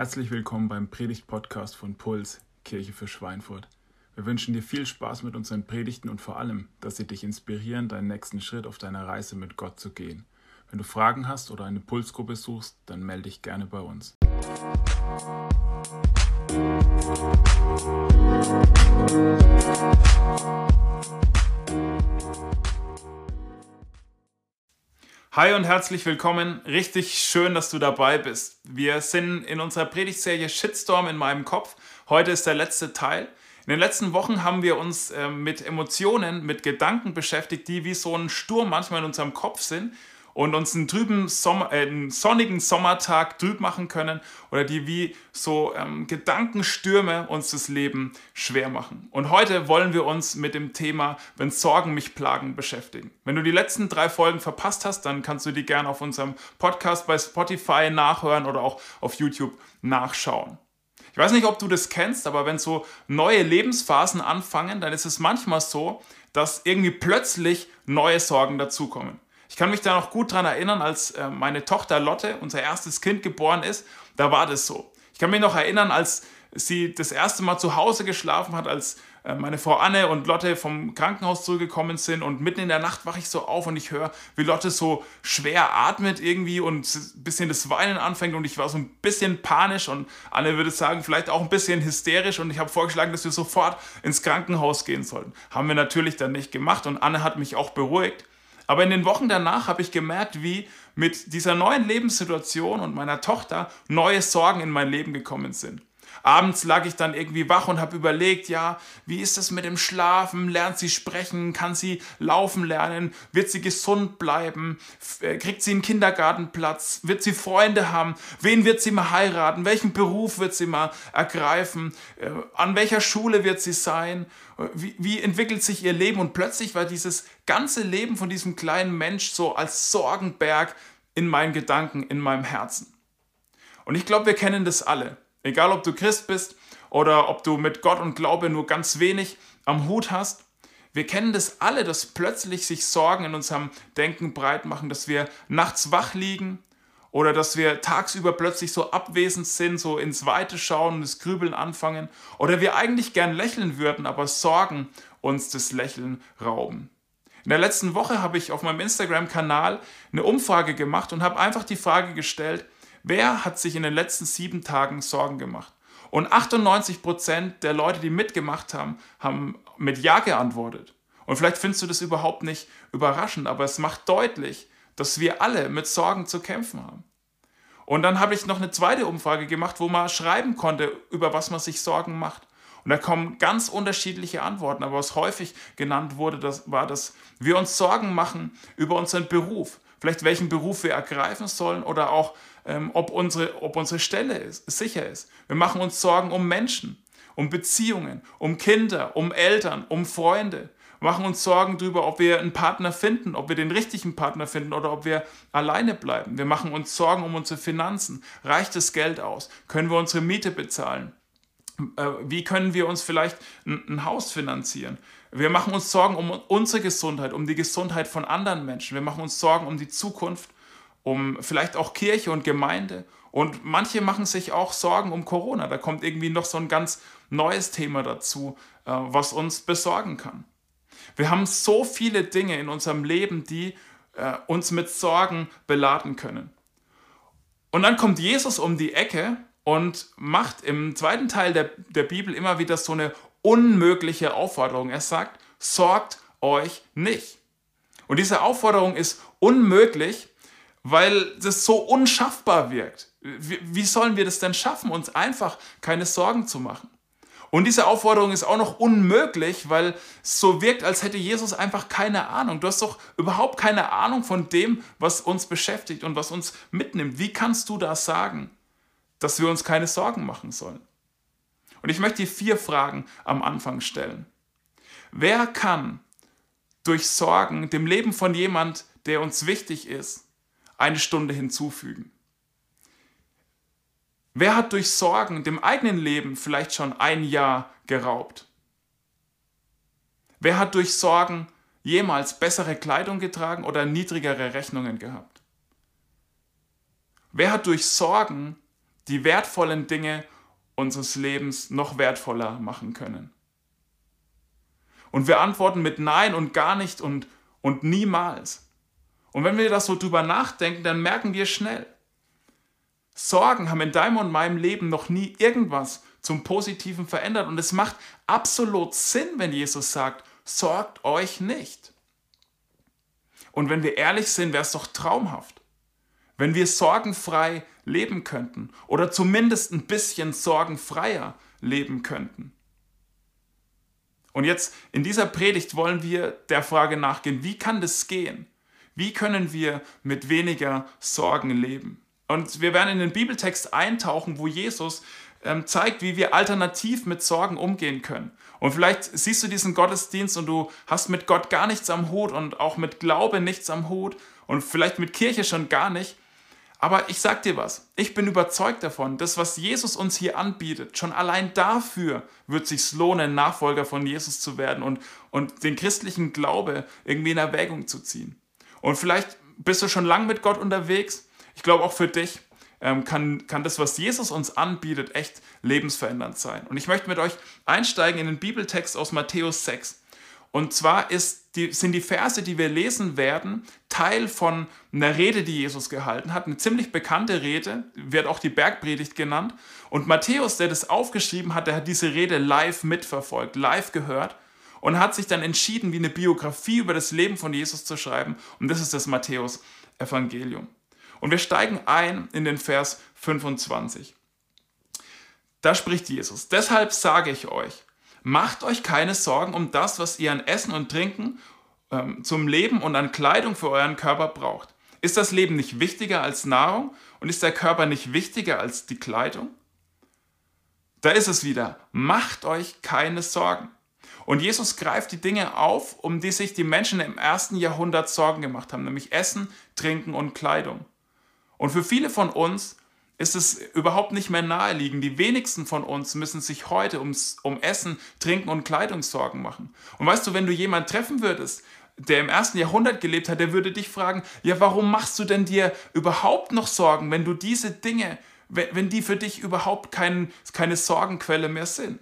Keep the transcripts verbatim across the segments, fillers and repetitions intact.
Herzlich willkommen beim Predigt-Podcast von Puls, Kirche für Schweinfurt. Wir wünschen dir viel Spaß mit unseren Predigten und vor allem, dass sie dich inspirieren, deinen nächsten Schritt auf deiner Reise mit Gott zu gehen. Wenn du Fragen hast oder eine Pulsgruppe suchst, dann melde dich gerne bei uns. Hi und herzlich willkommen. Richtig schön, dass du dabei bist. Wir sind in unserer Predigtserie Shitstorm in meinem Kopf. Heute ist der letzte Teil. In den letzten Wochen haben wir uns äh, mit Emotionen, mit Gedanken beschäftigt, die wie so ein Sturm manchmal in unserem Kopf sind und uns einen trüben Sommer, äh, einen sonnigen Sommertag trüb machen können oder die wie so ähm, Gedankenstürme uns das Leben schwer machen. Und heute wollen wir uns mit dem Thema, wenn Sorgen mich plagen, beschäftigen. Wenn du die letzten drei Folgen verpasst hast, dann kannst du die gerne auf unserem Podcast bei Spotify nachhören oder auch auf YouTube nachschauen. Ich weiß nicht, ob du das kennst, aber wenn so neue Lebensphasen anfangen, dann ist es manchmal so, dass irgendwie plötzlich neue Sorgen dazukommen. Ich kann mich da noch gut dran erinnern, als äh, meine Tochter Lotte, unser erstes Kind, geboren ist, da war das so. Ich kann mich noch erinnern, als sie das erste Mal zu Hause geschlafen hat, als äh, meine Frau Anne und Lotte vom Krankenhaus zurückgekommen sind und mitten in der Nacht wache ich so auf und ich höre, wie Lotte so schwer atmet irgendwie und ein bisschen das Weinen anfängt und ich war so ein bisschen panisch und Anne würde sagen, vielleicht auch ein bisschen hysterisch und ich habe vorgeschlagen, dass wir sofort ins Krankenhaus gehen sollten. Haben wir natürlich dann nicht gemacht und Anne hat mich auch beruhigt. Aber in den Wochen danach habe ich gemerkt, wie mit dieser neuen Lebenssituation und meiner Tochter neue Sorgen in mein Leben gekommen sind. Abends lag ich dann irgendwie wach und habe überlegt, ja, wie ist das mit dem Schlafen? Lernt sie sprechen? Kann sie laufen lernen? Wird sie gesund bleiben? Kriegt sie einen Kindergartenplatz? Wird sie Freunde haben? Wen wird sie mal heiraten? Welchen Beruf wird sie mal ergreifen? An welcher Schule wird sie sein? Wie, wie entwickelt sich ihr Leben? Und plötzlich war dieses ganze Leben von diesem kleinen Mensch so als Sorgenberg in meinen Gedanken, in meinem Herzen. Und ich glaube, wir kennen das alle. Egal, ob du Christ bist oder ob du mit Gott und Glaube nur ganz wenig am Hut hast. Wir kennen das alle, dass plötzlich sich Sorgen in unserem Denken breit machen, dass wir nachts wach liegen oder dass wir tagsüber plötzlich so abwesend sind, so ins Weite schauen und das Grübeln anfangen. Oder wir eigentlich gern lächeln würden, aber Sorgen uns das Lächeln rauben. In der letzten Woche habe ich auf meinem Instagram-Kanal eine Umfrage gemacht und habe einfach die Frage gestellt, wer hat sich in den letzten sieben Tagen Sorgen gemacht? Und achtundneunzig Prozent der Leute, die mitgemacht haben, haben mit Ja geantwortet. Und vielleicht findest du das überhaupt nicht überraschend, aber es macht deutlich, dass wir alle mit Sorgen zu kämpfen haben. Und dann habe ich noch eine zweite Umfrage gemacht, wo man schreiben konnte, über was man sich Sorgen macht. Und da kommen ganz unterschiedliche Antworten, aber was häufig genannt wurde, das war, dass wir uns Sorgen machen über unseren Beruf. Vielleicht welchen Beruf wir ergreifen sollen oder auch, ähm, ob, unsere, ob unsere Stelle ist, sicher ist. Wir machen uns Sorgen um Menschen, um Beziehungen, um Kinder, um Eltern, um Freunde. Wir machen uns Sorgen darüber, ob wir einen Partner finden, ob wir den richtigen Partner finden oder ob wir alleine bleiben. Wir machen uns Sorgen um unsere Finanzen. Reicht das Geld aus? Können wir unsere Miete bezahlen? Wie können wir uns vielleicht ein Haus finanzieren? Wir machen uns Sorgen um unsere Gesundheit, um die Gesundheit von anderen Menschen. Wir machen uns Sorgen um die Zukunft, um vielleicht auch Kirche und Gemeinde. Und manche machen sich auch Sorgen um Corona. Da kommt irgendwie noch so ein ganz neues Thema dazu, was uns besorgen kann. Wir haben so viele Dinge in unserem Leben, die uns mit Sorgen beladen können. Und dann kommt Jesus um die Ecke und macht im zweiten Teil der, der Bibel immer wieder so eine unmögliche Aufforderung. Er sagt, sorgt euch nicht. Und diese Aufforderung ist unmöglich, weil das so unschaffbar wirkt. Wie, wie sollen wir das denn schaffen, uns einfach keine Sorgen zu machen? Und diese Aufforderung ist auch noch unmöglich, weil es so wirkt, als hätte Jesus einfach keine Ahnung. Du hast doch überhaupt keine Ahnung von dem, was uns beschäftigt und was uns mitnimmt. Wie kannst du das sagen, dass wir uns keine Sorgen machen sollen? Und ich möchte dir vier Fragen am Anfang stellen. Wer kann durch Sorgen dem Leben von jemand, der uns wichtig ist, eine Stunde hinzufügen? Wer hat durch Sorgen dem eigenen Leben vielleicht schon ein Jahr geraubt? Wer hat durch Sorgen jemals bessere Kleidung getragen oder niedrigere Rechnungen gehabt? Wer hat durch Sorgen die wertvollen Dinge unseres Lebens noch wertvoller machen können. Und wir antworten mit Nein und gar nicht und, und niemals. Und wenn wir das so drüber nachdenken, dann merken wir schnell, Sorgen haben in deinem und meinem Leben noch nie irgendwas zum Positiven verändert. Und es macht absolut Sinn, wenn Jesus sagt, sorgt euch nicht. Und wenn wir ehrlich sind, wäre es doch traumhaft, wenn wir sorgenfrei leben könnten oder zumindest ein bisschen sorgenfreier leben könnten. Und jetzt in dieser Predigt wollen wir der Frage nachgehen, wie kann das gehen? Wie können wir mit weniger Sorgen leben? Und wir werden in den Bibeltext eintauchen, wo Jesus ähm, zeigt, wie wir alternativ mit Sorgen umgehen können. Und vielleicht siehst du diesen Gottesdienst und du hast mit Gott gar nichts am Hut und auch mit Glaube nichts am Hut und vielleicht mit Kirche schon gar nicht. Aber ich sag dir was, ich bin überzeugt davon, das, was Jesus uns hier anbietet, schon allein dafür wird es sich lohnen, Nachfolger von Jesus zu werden und, und den christlichen Glaube irgendwie in Erwägung zu ziehen. Und vielleicht bist du schon lange mit Gott unterwegs. Ich glaube, auch für dich ähm, kann, kann das, was Jesus uns anbietet, echt lebensverändernd sein. Und ich möchte mit euch einsteigen in den Bibeltext aus Matthäus sechs. Und zwar ist die, sind die Verse, die wir lesen werden, Teil von einer Rede, die Jesus gehalten hat. Eine ziemlich bekannte Rede, wird auch die Bergpredigt genannt. Und Matthäus, der das aufgeschrieben hat, der hat diese Rede live mitverfolgt, live gehört und hat sich dann entschieden, wie eine Biografie über das Leben von Jesus zu schreiben. Und das ist das Matthäus-Evangelium. Und wir steigen ein in den Vers fünfundzwanzig. Da spricht Jesus: Deshalb sage ich euch, macht euch keine Sorgen um das, was ihr an Essen und Trinken ähm, zum Leben und an Kleidung für euren Körper braucht. Ist das Leben nicht wichtiger als Nahrung und ist der Körper nicht wichtiger als die Kleidung? Da ist es wieder. Macht euch keine Sorgen. Und Jesus greift die Dinge auf, um die sich die Menschen im ersten Jahrhundert Sorgen gemacht haben, nämlich Essen, Trinken und Kleidung. Und für viele von uns ist es überhaupt nicht mehr naheliegend. Die wenigsten von uns müssen sich heute ums, um Essen, Trinken und Kleidung Sorgen machen. Und weißt du, wenn du jemanden treffen würdest, der im ersten Jahrhundert gelebt hat, der würde dich fragen, ja, warum machst du denn dir überhaupt noch Sorgen, wenn du diese Dinge, wenn, wenn die für dich überhaupt kein, keine Sorgenquelle mehr sind?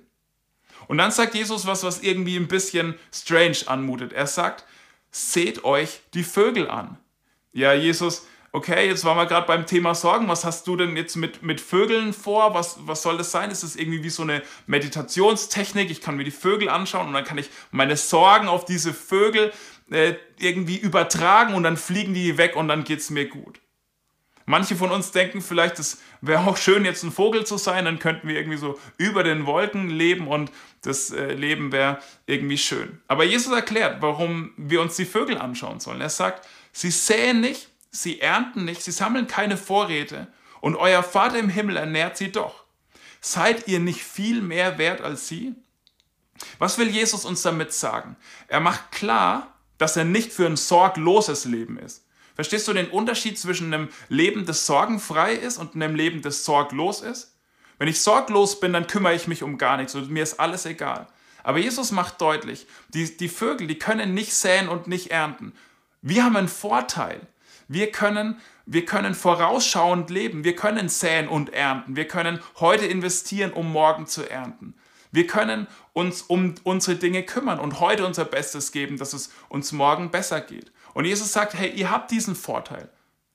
Und dann sagt Jesus was, was irgendwie ein bisschen strange anmutet. Er sagt, seht euch die Vögel an. Ja, Jesus, okay, jetzt waren wir gerade beim Thema Sorgen. Was hast du denn jetzt mit, mit Vögeln vor? Was, was soll das sein? Ist das irgendwie wie so eine Meditationstechnik? Ich kann mir die Vögel anschauen und dann kann ich meine Sorgen auf diese Vögel äh, irgendwie übertragen und dann fliegen die weg und dann geht es mir gut. Manche von uns denken vielleicht, es wäre auch schön, jetzt ein Vogel zu sein, dann könnten wir irgendwie so über den Wolken leben und das äh, Leben wäre irgendwie schön. Aber Jesus erklärt, warum wir uns die Vögel anschauen sollen. Er sagt, sie säen nicht, sie ernten nicht, sie sammeln keine Vorräte und euer Vater im Himmel ernährt sie doch. Seid ihr nicht viel mehr wert als sie? Was will Jesus uns damit sagen? Er macht klar, dass er nicht für ein sorgloses Leben ist. Verstehst du den Unterschied zwischen einem Leben, das sorgenfrei ist und einem Leben, das sorglos ist? Wenn ich sorglos bin, dann kümmere ich mich um gar nichts und mir ist alles egal. Aber Jesus macht deutlich, die, die Vögel, die können nicht säen und nicht ernten. Wir haben einen Vorteil. Wir können, wir können vorausschauend leben. Wir können säen und ernten. Wir können heute investieren, um morgen zu ernten. Wir können uns um unsere Dinge kümmern und heute unser Bestes geben, dass es uns morgen besser geht. Und Jesus sagt, hey, ihr habt diesen Vorteil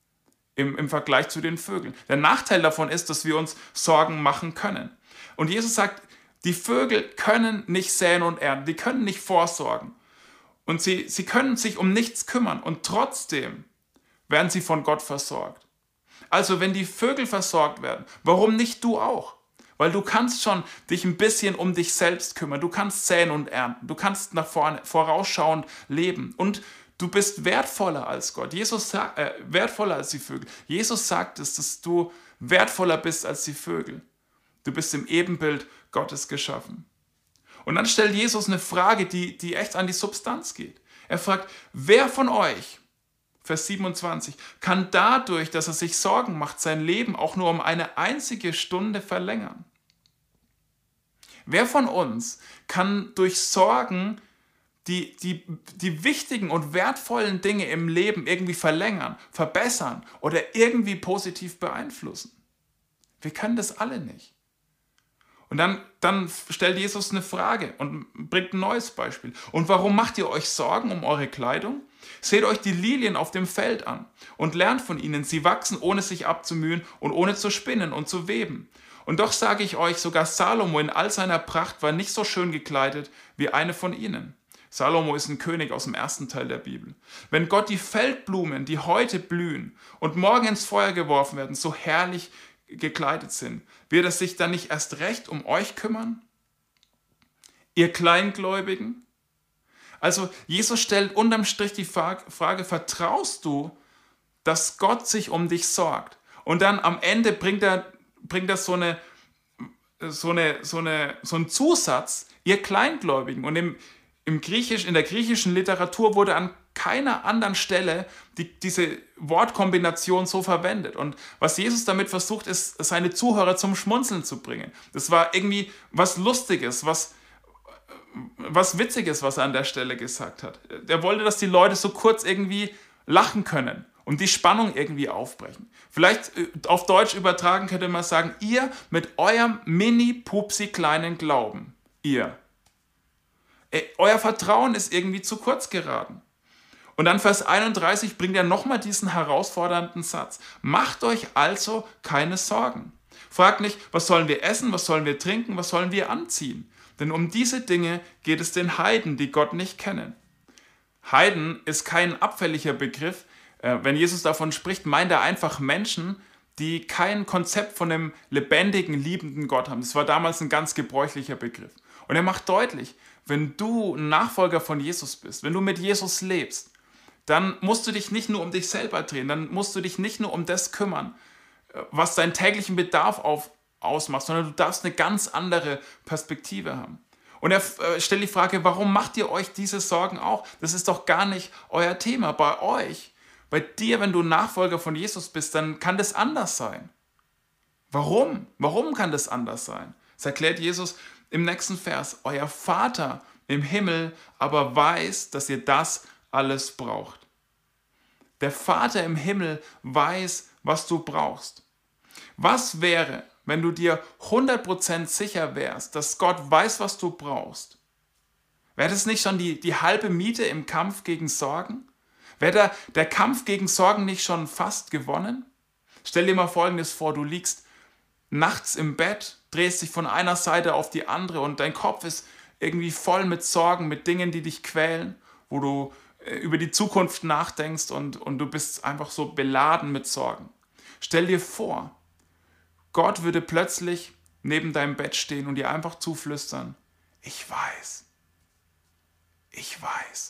im, im Vergleich zu den Vögeln. Der Nachteil davon ist, dass wir uns Sorgen machen können. Und Jesus sagt, die Vögel können nicht säen und ernten, die können nicht vorsorgen. Und sie, sie können sich um nichts kümmern und trotzdem werden sie von Gott versorgt. Also wenn die Vögel versorgt werden, warum nicht du auch? Weil du kannst schon dich ein bisschen um dich selbst kümmern. Du kannst säen und ernten. Du kannst nach vorne vorausschauend leben. Und du bist wertvoller als Gott. Jesus sagt, äh, wertvoller als die Vögel. Jesus sagt es, dass du wertvoller bist als die Vögel. Du bist im Ebenbild Gottes geschaffen. Und dann stellt Jesus eine Frage, die, die echt an die Substanz geht. Er fragt, wer von euch, Vers siebenundzwanzig, kann dadurch, dass er sich Sorgen macht, sein Leben auch nur um eine einzige Stunde verlängern? Wer von uns kann durch Sorgen die, die, die wichtigen und wertvollen Dinge im Leben irgendwie verlängern, verbessern oder irgendwie positiv beeinflussen? Wir können das alle nicht. Und dann, dann stellt Jesus eine Frage und bringt ein neues Beispiel. Und warum macht ihr euch Sorgen um eure Kleidung? Seht euch die Lilien auf dem Feld an und lernt von ihnen. Sie wachsen, ohne sich abzumühen und ohne zu spinnen und zu weben. Und doch sage ich euch, sogar Salomo in all seiner Pracht war nicht so schön gekleidet wie eine von ihnen. Salomo ist ein König aus dem ersten Teil der Bibel. Wenn Gott die Feldblumen, die heute blühen und morgen ins Feuer geworfen werden, so herrlich gekleidet sind, wird es sich dann nicht erst recht um euch kümmern? Ihr Kleingläubigen? Also Jesus stellt unterm Strich die Frage, vertraust du, dass Gott sich um dich sorgt? Und dann am Ende bringt er, bringt er so, eine, so, eine, so, eine, so einen Zusatz, ihr Kleingläubigen. Und im, im Griechisch, in der griechischen Literatur wurde an keiner anderen Stelle die, diese Wortkombination so verwendet. Und was Jesus damit versucht, ist, seine Zuhörer zum Schmunzeln zu bringen. Das war irgendwie was Lustiges, was, was Witziges, was er an der Stelle gesagt hat. Er wollte, dass die Leute so kurz irgendwie lachen können und die Spannung irgendwie aufbrechen. Vielleicht auf Deutsch übertragen könnte man sagen, ihr mit eurem mini-pupsi kleinen Glauben, ihr. Euer Vertrauen ist irgendwie zu kurz geraten. Und dann Vers einunddreißig bringt er nochmal diesen herausfordernden Satz. Macht euch also keine Sorgen. Fragt nicht, was sollen wir essen, was sollen wir trinken, was sollen wir anziehen. Denn um diese Dinge geht es den Heiden, die Gott nicht kennen. Heiden ist kein abfälliger Begriff. Wenn Jesus davon spricht, meint er einfach Menschen, die kein Konzept von einem lebendigen, liebenden Gott haben. Das war damals ein ganz gebräuchlicher Begriff. Und er macht deutlich, wenn du ein Nachfolger von Jesus bist, wenn du mit Jesus lebst, dann musst du dich nicht nur um dich selber drehen, dann musst du dich nicht nur um das kümmern, was deinen täglichen Bedarf auf, ausmacht, sondern du darfst eine ganz andere Perspektive haben. Und er äh, stellt die Frage, warum macht ihr euch diese Sorgen auch? Das ist doch gar nicht euer Thema. Bei euch, bei dir, wenn du Nachfolger von Jesus bist, dann kann das anders sein. Warum? Warum kann das anders sein? Das erklärt Jesus im nächsten Vers. Euer Vater im Himmel aber weiß, dass ihr das alles braucht. Der Vater im Himmel weiß, was du brauchst. Was wäre, wenn du dir hundert Prozent sicher wärst, dass Gott weiß, was du brauchst? Wäre das nicht schon die, die halbe Miete im Kampf gegen Sorgen? Wäre der, der Kampf gegen Sorgen nicht schon fast gewonnen? Stell dir mal Folgendes vor, du liegst nachts im Bett, drehst dich von einer Seite auf die andere und dein Kopf ist irgendwie voll mit Sorgen, mit Dingen, die dich quälen, wo du über die Zukunft nachdenkst und, und du bist einfach so beladen mit Sorgen. Stell dir vor, Gott würde plötzlich neben deinem Bett stehen und dir einfach zuflüstern, ich weiß, ich weiß.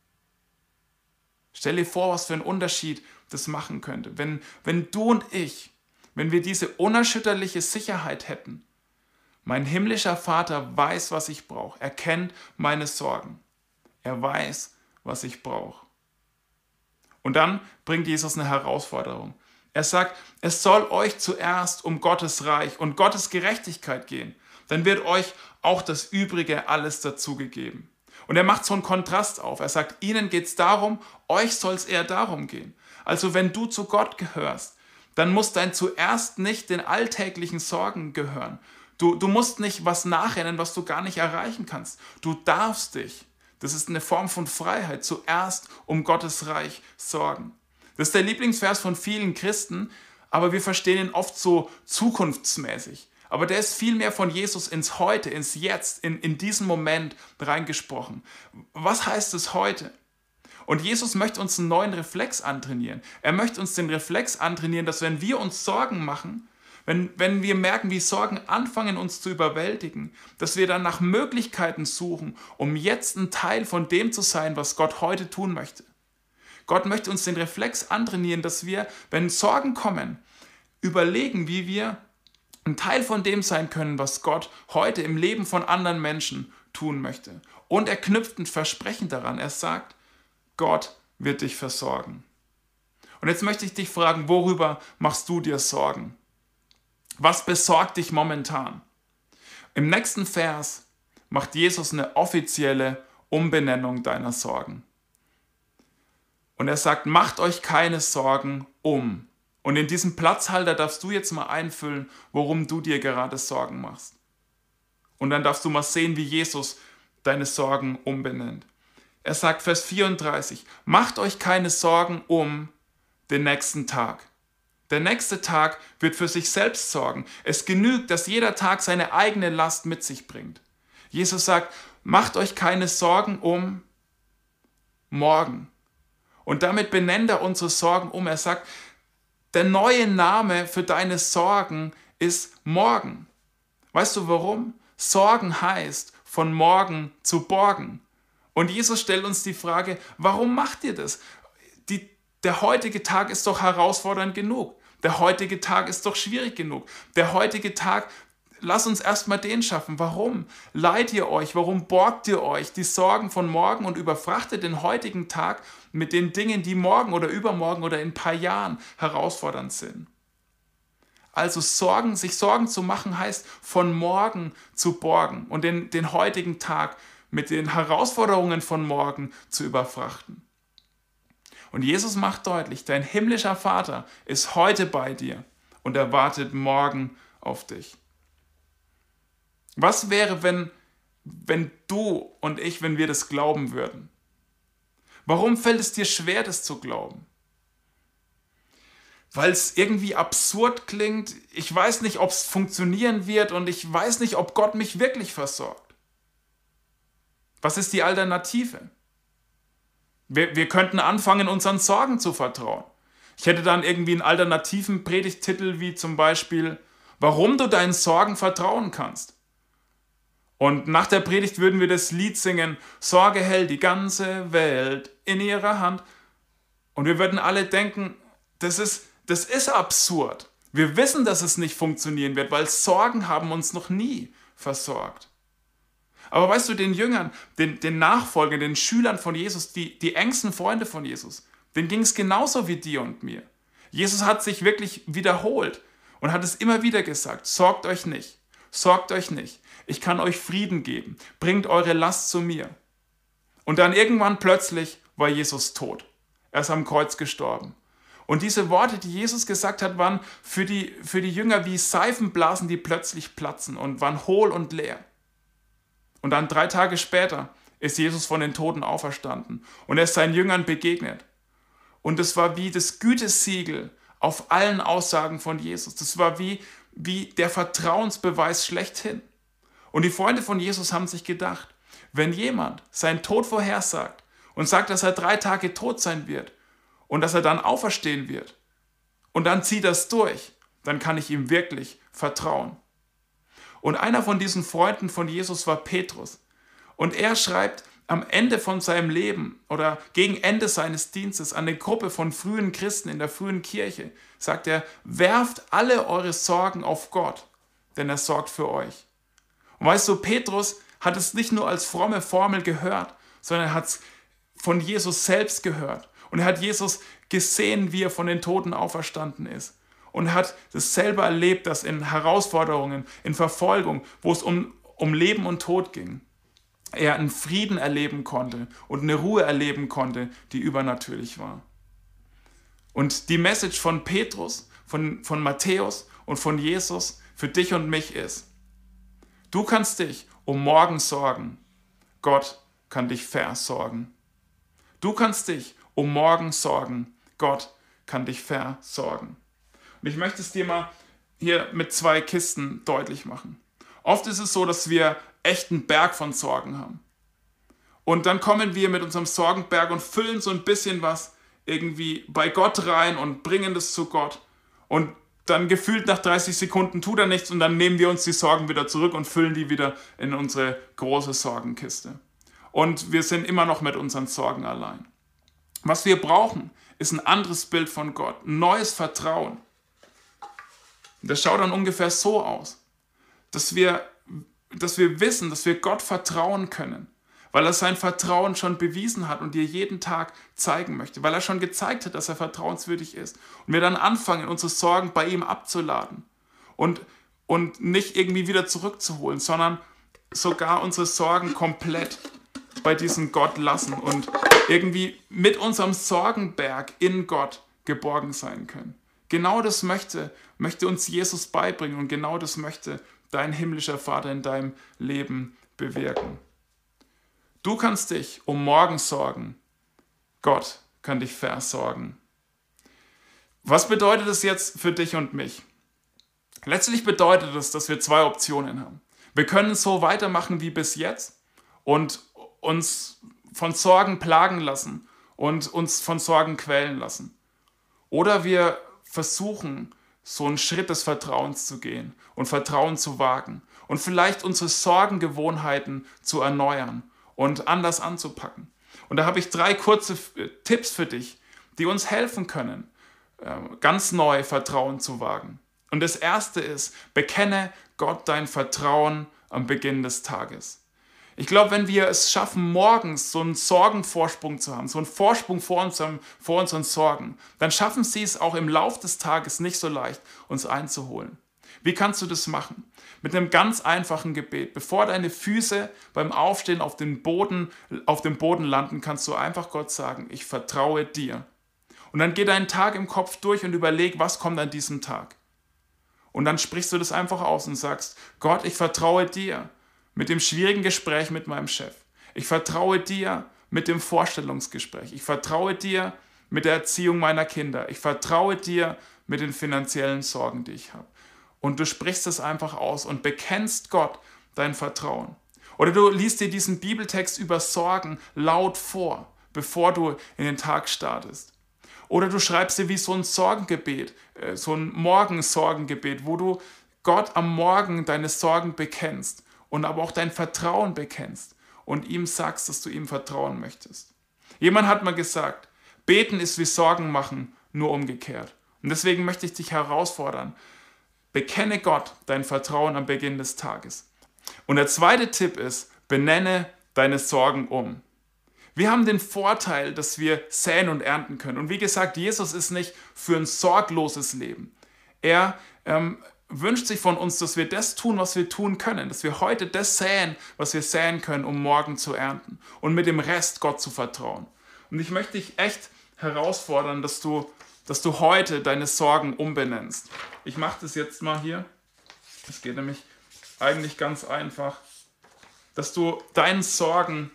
Stell dir vor, was für einen Unterschied das machen könnte, wenn, wenn du und ich, wenn wir diese unerschütterliche Sicherheit hätten, mein himmlischer Vater weiß, was ich brauche, er kennt meine Sorgen, er weiß, was ich brauche. Und dann bringt Jesus eine Herausforderung. Er sagt, es soll euch zuerst um Gottes Reich und Gottes Gerechtigkeit gehen. Dann wird euch auch das Übrige alles dazugegeben. Und er macht so einen Kontrast auf. Er sagt, ihnen geht es darum, euch soll es eher darum gehen. Also wenn du zu Gott gehörst, dann muss dein zuerst nicht den alltäglichen Sorgen gehören. Du, du musst nicht was nachrennen, was du gar nicht erreichen kannst. Du darfst dich, das ist eine Form von Freiheit, zuerst um Gottes Reich sorgen. Das ist der Lieblingsvers von vielen Christen, aber wir verstehen ihn oft so zukunftsmäßig. Aber der ist vielmehr von Jesus ins Heute, ins Jetzt, in, in diesen Moment reingesprochen. Was heißt es heute? Und Jesus möchte uns einen neuen Reflex antrainieren. Er möchte uns den Reflex antrainieren, dass wenn wir uns Sorgen machen, wenn, wenn wir merken, wie Sorgen anfangen, uns zu überwältigen, dass wir dann nach Möglichkeiten suchen, um jetzt ein Teil von dem zu sein, was Gott heute tun möchte. Gott möchte uns den Reflex antrainieren, dass wir, wenn Sorgen kommen, überlegen, wie wir ein Teil von dem sein können, was Gott heute im Leben von anderen Menschen tun möchte. Und er knüpft ein Versprechen daran. Er sagt, Gott wird dich versorgen. Und jetzt möchte ich dich fragen, worüber machst du dir Sorgen? Was besorgt dich momentan? Im nächsten Vers macht Jesus eine offizielle Umbenennung deiner Sorgen. Und er sagt, macht euch keine Sorgen um Und in diesem Platzhalter darfst du jetzt mal einfüllen, worum du dir gerade Sorgen machst. Und dann darfst du mal sehen, wie Jesus deine Sorgen umbenennt. Er sagt, Vers vierunddreißig, macht euch keine Sorgen um den nächsten Tag. Der nächste Tag wird für sich selbst sorgen. Es genügt, dass jeder Tag seine eigene Last mit sich bringt. Jesus sagt, macht euch keine Sorgen um morgen. Und damit benennt er unsere Sorgen um. Er sagt, der neue Name für deine Sorgen ist morgen. Weißt du warum? Sorgen heißt von morgen zu borgen. Und Jesus stellt uns die Frage, warum macht ihr das? Die, der heutige Tag ist doch herausfordernd genug. Der heutige Tag ist doch schwierig genug. Der heutige Tag, lass uns erstmal den schaffen. Warum leiht ihr euch? Warum borgt ihr euch die Sorgen von morgen und überfrachtet den heutigen Tag mit den Dingen, die morgen oder übermorgen oder in ein paar Jahren herausfordernd sind? Also Sorgen, sich Sorgen zu machen, heißt von morgen zu borgen und den, den heutigen Tag mit den Herausforderungen von morgen zu überfrachten. Und Jesus macht deutlich, dein himmlischer Vater ist heute bei dir und er wartet morgen auf dich. Was wäre, wenn, wenn du und ich, wenn wir das glauben würden? Warum fällt es dir schwer, das zu glauben? Weil es irgendwie absurd klingt, ich weiß nicht, ob es funktionieren wird und ich weiß nicht, ob Gott mich wirklich versorgt. Was ist die Alternative? Wir, wir könnten anfangen, unseren Sorgen zu vertrauen. Ich hätte dann irgendwie einen alternativen Predigttitel wie zum Beispiel, warum du deinen Sorgen vertrauen kannst. Und nach der Predigt würden wir das Lied singen, Sorge hält die ganze Welt in ihrer Hand. Und wir würden alle denken, das ist, das ist absurd. Wir wissen, dass es nicht funktionieren wird, weil Sorgen haben uns noch nie versorgt. Aber weißt du, den Jüngern, den, den Nachfolgern, den Schülern von Jesus, die, die engsten Freunde von Jesus, denen ging es genauso wie dir und mir. Jesus hat sich wirklich wiederholt und hat es immer wieder gesagt, sorgt euch nicht, sorgt euch nicht, ich kann euch Frieden geben, bringt eure Last zu mir. Und dann irgendwann plötzlich war Jesus tot. Er ist am Kreuz gestorben. Und diese Worte, die Jesus gesagt hat, waren für die, für die Jünger wie Seifenblasen, die plötzlich platzen und waren hohl und leer. Und dann drei Tage später ist Jesus von den Toten auferstanden und er ist seinen Jüngern begegnet. Und es war wie das Gütesiegel auf allen Aussagen von Jesus. Das war wie, wie der Vertrauensbeweis schlechthin. Und die Freunde von Jesus haben sich gedacht, wenn jemand seinen Tod vorhersagt und sagt, dass er drei Tage tot sein wird und dass er dann auferstehen wird und dann zieht er es durch, dann kann ich ihm wirklich vertrauen. Und einer von diesen Freunden von Jesus war Petrus. Und er schreibt am Ende von seinem Leben oder gegen Ende seines Dienstes an eine Gruppe von frühen Christen in der frühen Kirche, sagt er, werft alle eure Sorgen auf Gott, denn er sorgt für euch. Und weißt du, Petrus hat es nicht nur als fromme Formel gehört, sondern er hat es von Jesus selbst gehört. Und er hat Jesus gesehen, wie er von den Toten auferstanden ist. Und hat das selber erlebt, dass in Herausforderungen, in Verfolgung, wo es um, um Leben und Tod ging, er einen Frieden erleben konnte und eine Ruhe erleben konnte, die übernatürlich war. Und die Message von Petrus, von, von Matthäus und von Jesus für dich und mich ist, du kannst dich um morgen sorgen, Gott kann dich versorgen. Du kannst dich um morgen sorgen, Gott kann dich versorgen. Und ich möchte es dir mal hier mit zwei Kisten deutlich machen. Oft ist es so, dass wir echt einen Berg von Sorgen haben. Und dann kommen wir mit unserem Sorgenberg und füllen so ein bisschen was irgendwie bei Gott rein und bringen das zu Gott. Und dann gefühlt nach dreißig Sekunden tut er nichts und dann nehmen wir uns die Sorgen wieder zurück und füllen die wieder in unsere große Sorgenkiste. Und wir sind immer noch mit unseren Sorgen allein. Was wir brauchen, ist ein anderes Bild von Gott, ein neues Vertrauen. Das schaut dann ungefähr so aus, dass wir, dass wir wissen, dass wir Gott vertrauen können, weil er sein Vertrauen schon bewiesen hat und dir jeden Tag zeigen möchte, weil er schon gezeigt hat, dass er vertrauenswürdig ist. Und wir dann anfangen, unsere Sorgen bei ihm abzuladen und, und nicht irgendwie wieder zurückzuholen, sondern sogar unsere Sorgen komplett bei diesem Gott lassen und irgendwie mit unserem Sorgenberg in Gott geborgen sein können. genau das möchte, möchte uns Jesus beibringen und genau das möchte dein himmlischer Vater in deinem Leben bewirken. Du kannst dich um morgen sorgen. Gott kann dich versorgen. Was bedeutet es jetzt für dich und mich? Letztlich bedeutet es, dass wir zwei Optionen haben. Wir können so weitermachen wie bis jetzt und uns von Sorgen plagen lassen und uns von Sorgen quälen lassen. Oder wir versuchen, so einen Schritt des Vertrauens zu gehen und Vertrauen zu wagen und vielleicht unsere Sorgengewohnheiten zu erneuern und anders anzupacken. Und da habe ich drei kurze Tipps für dich, die uns helfen können, ganz neu Vertrauen zu wagen. Und das erste ist, bekenne Gott dein Vertrauen am Beginn des Tages. Ich glaube, wenn wir es schaffen, morgens so einen Sorgenvorsprung zu haben, so einen Vorsprung vor, unserem, vor unseren Sorgen, dann schaffen sie es auch im Lauf des Tages nicht so leicht, uns einzuholen. Wie kannst du das machen? Mit einem ganz einfachen Gebet. Bevor deine Füße beim Aufstehen auf den Boden, auf dem Boden landen, kannst du einfach Gott sagen, ich vertraue dir. Und dann geh deinen Tag im Kopf durch und überleg, was kommt an diesem Tag. Und dann sprichst du das einfach aus und sagst, Gott, ich vertraue dir mit dem schwierigen Gespräch mit meinem Chef. Ich vertraue dir mit dem Vorstellungsgespräch. Ich vertraue dir mit der Erziehung meiner Kinder. Ich vertraue dir mit den finanziellen Sorgen, die ich habe. Und du sprichst es einfach aus und bekennst Gott dein Vertrauen. Oder du liest dir diesen Bibeltext über Sorgen laut vor, bevor du in den Tag startest. Oder du schreibst dir wie so ein Sorgengebet, so ein Morgensorgengebet, wo du Gott am Morgen deine Sorgen bekennst und aber auch dein Vertrauen bekennst und ihm sagst, dass du ihm vertrauen möchtest. Jemand hat mal gesagt, beten ist wie Sorgen machen, nur umgekehrt. Und deswegen möchte ich dich herausfordern, bekenne Gott dein Vertrauen am Beginn des Tages. Und der zweite Tipp ist, benenne deine Sorgen um. Wir haben den Vorteil, dass wir säen und ernten können. Und wie gesagt, Jesus ist nicht für ein sorgloses Leben. Er ähm, wünscht sich von uns, dass wir das tun, was wir tun können. Dass wir heute das säen, was wir säen können, um morgen zu ernten. Und mit dem Rest Gott zu vertrauen. Und ich möchte dich echt herausfordern, dass du, dass du heute deine Sorgen umbenennst. Ich mache das jetzt mal hier. Das geht nämlich eigentlich ganz einfach. Dass du deinen Sorgen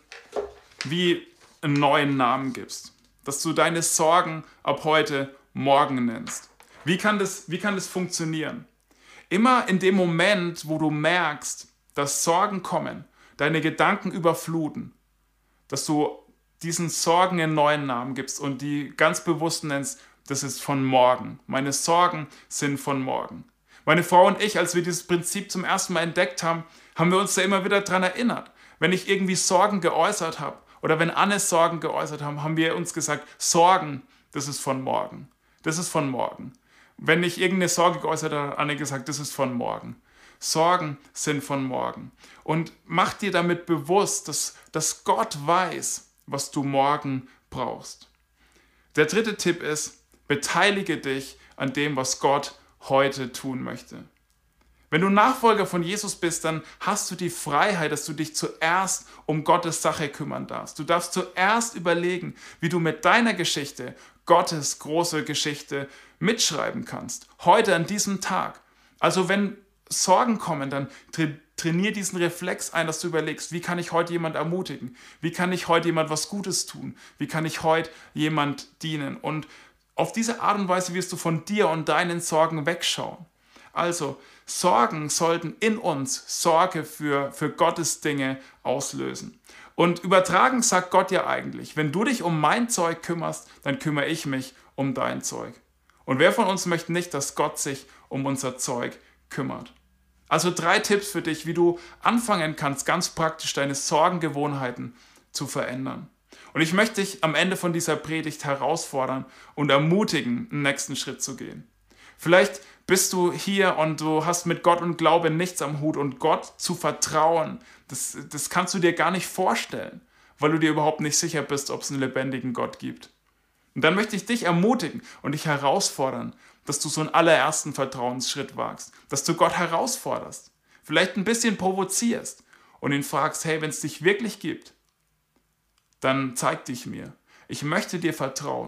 wie einen neuen Namen gibst. Dass du deine Sorgen ab heute morgen nennst. Wie kann das, wie kann das funktionieren? Immer in dem Moment, wo du merkst, dass Sorgen kommen, deine Gedanken überfluten, dass du diesen Sorgen einen neuen Namen gibst und die ganz bewusst nennst, das ist von morgen. Meine Sorgen sind von morgen. Meine Frau und ich, als wir dieses Prinzip zum ersten Mal entdeckt haben, haben wir uns da immer wieder daran erinnert. Wenn ich irgendwie Sorgen geäußert habe, oder wenn Anne Sorgen geäußert haben, haben wir uns gesagt, Sorgen, das ist von morgen. Das ist von morgen. Wenn ich irgendeine Sorge geäußert habe, hat Anne gesagt, das ist von morgen. Sorgen sind von morgen. Und mach dir damit bewusst, dass, dass Gott weiß, was du morgen brauchst. Der dritte Tipp ist, beteilige dich an dem, was Gott heute tun möchte. Wenn du Nachfolger von Jesus bist, dann hast du die Freiheit, dass du dich zuerst um Gottes Sache kümmern darfst. Du darfst zuerst überlegen, wie du mit deiner Geschichte Gottes große Geschichte mitschreiben kannst. Heute an diesem Tag. Also wenn Sorgen kommen, dann tra- trainier diesen Reflex ein, dass du überlegst, wie kann ich heute jemand ermutigen? Wie kann ich heute jemand was Gutes tun? Wie kann ich heute jemand dienen? Und auf diese Art und Weise wirst du von dir und deinen Sorgen wegschauen. Also, Sorgen sollten in uns Sorge für, für Gottes Dinge auslösen. Und übertragen sagt Gott ja eigentlich, wenn du dich um mein Zeug kümmerst, dann kümmere ich mich um dein Zeug. Und wer von uns möchte nicht, dass Gott sich um unser Zeug kümmert? Also drei Tipps für dich, wie du anfangen kannst, ganz praktisch deine Sorgengewohnheiten zu verändern. Und ich möchte dich am Ende von dieser Predigt herausfordern und ermutigen, einen nächsten Schritt zu gehen. Vielleicht bist du hier und du hast mit Gott und Glaube nichts am Hut und Gott zu vertrauen, das, das kannst du dir gar nicht vorstellen, weil du dir überhaupt nicht sicher bist, ob es einen lebendigen Gott gibt. Und dann möchte ich dich ermutigen und dich herausfordern, dass du so einen allerersten Vertrauensschritt wagst, dass du Gott herausforderst, vielleicht ein bisschen provozierst und ihn fragst, hey, wenn es dich wirklich gibt, dann zeig dich mir. Ich möchte dir vertrauen.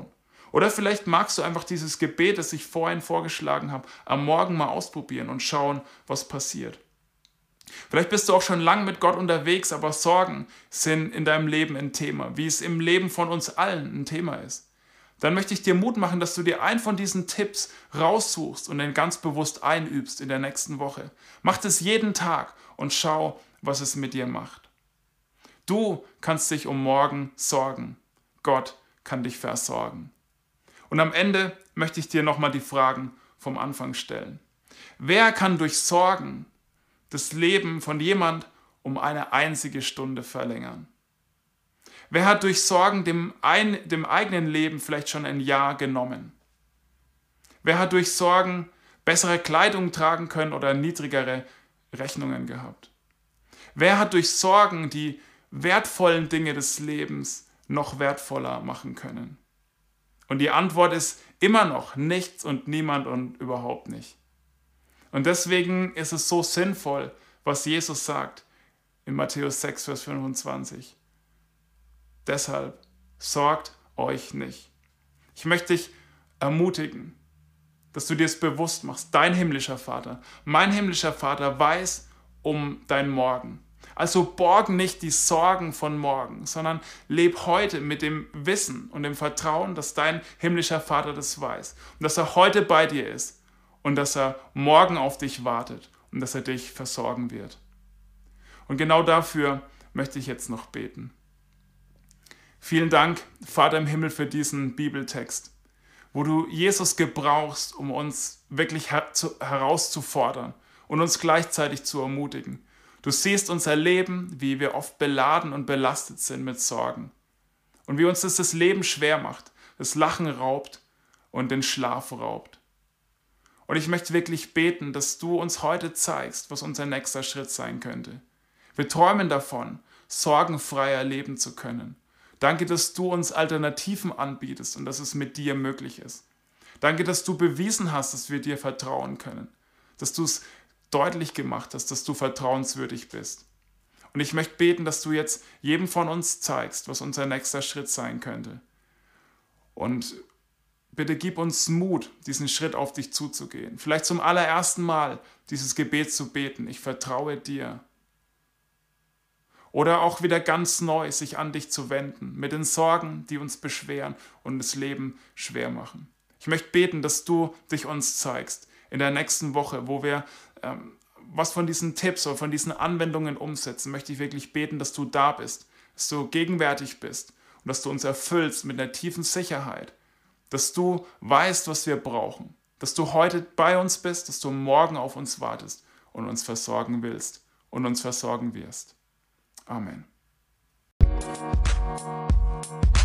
Oder vielleicht magst du einfach dieses Gebet, das ich vorhin vorgeschlagen habe, am Morgen mal ausprobieren und schauen, was passiert. Vielleicht bist du auch schon lang mit Gott unterwegs, aber Sorgen sind in deinem Leben ein Thema, wie es im Leben von uns allen ein Thema ist. Dann möchte ich dir Mut machen, dass du dir einen von diesen Tipps raussuchst und den ganz bewusst einübst in der nächsten Woche. Mach das jeden Tag und schau, was es mit dir macht. Du kannst dich um morgen sorgen. Gott kann dich versorgen. Und am Ende möchte ich dir nochmal die Fragen vom Anfang stellen. Wer kann durch Sorgen das Leben von jemand um eine einzige Stunde verlängern? Wer hat durch Sorgen dem, ein, dem eigenen Leben vielleicht schon ein Jahr genommen? Wer hat durch Sorgen bessere Kleidung tragen können oder niedrigere Rechnungen gehabt? Wer hat durch Sorgen die wertvollen Dinge des Lebens noch wertvoller machen können? Und die Antwort ist immer noch nichts und niemand und überhaupt nicht. Und deswegen ist es so sinnvoll, was Jesus sagt in Matthäus sechs, Vers fünfundzwanzig. Deshalb sorgt euch nicht. Ich möchte dich ermutigen, dass du dir es bewusst machst. Dein himmlischer Vater, mein himmlischer Vater weiß um dein Morgen. Also borg nicht die Sorgen von morgen, sondern leb heute mit dem Wissen und dem Vertrauen, dass dein himmlischer Vater das weiß und dass er heute bei dir ist und dass er morgen auf dich wartet und dass er dich versorgen wird. Und genau dafür möchte ich jetzt noch beten. Vielen Dank, Vater im Himmel, für diesen Bibeltext, wo du Jesus gebrauchst, um uns wirklich herauszufordern und uns gleichzeitig zu ermutigen. Du siehst unser Leben, wie wir oft beladen und belastet sind mit Sorgen und wie uns das das Leben schwer macht, das Lachen raubt und den Schlaf raubt. Und ich möchte wirklich beten, dass du uns heute zeigst, was unser nächster Schritt sein könnte. Wir träumen davon, sorgenfreier leben zu können. Danke, dass du uns Alternativen anbietest und dass es mit dir möglich ist. Danke, dass du bewiesen hast, dass wir dir vertrauen können. Dass du es deutlich gemacht hast, dass du vertrauenswürdig bist. Und ich möchte beten, dass du jetzt jedem von uns zeigst, was unser nächster Schritt sein könnte. Und bitte gib uns Mut, diesen Schritt auf dich zuzugehen. Vielleicht zum allerersten Mal dieses Gebet zu beten. Ich vertraue dir. Oder auch wieder ganz neu sich an dich zu wenden, mit den Sorgen, die uns beschweren und das Leben schwer machen. Ich möchte beten, dass du dich uns zeigst in der nächsten Woche, wo wir ähm, was von diesen Tipps oder von diesen Anwendungen umsetzen, möchte ich wirklich beten, dass du da bist, dass du gegenwärtig bist und dass du uns erfüllst mit einer tiefen Sicherheit, dass du weißt, was wir brauchen, dass du heute bei uns bist, dass du morgen auf uns wartest und uns versorgen willst und uns versorgen wirst. Amen.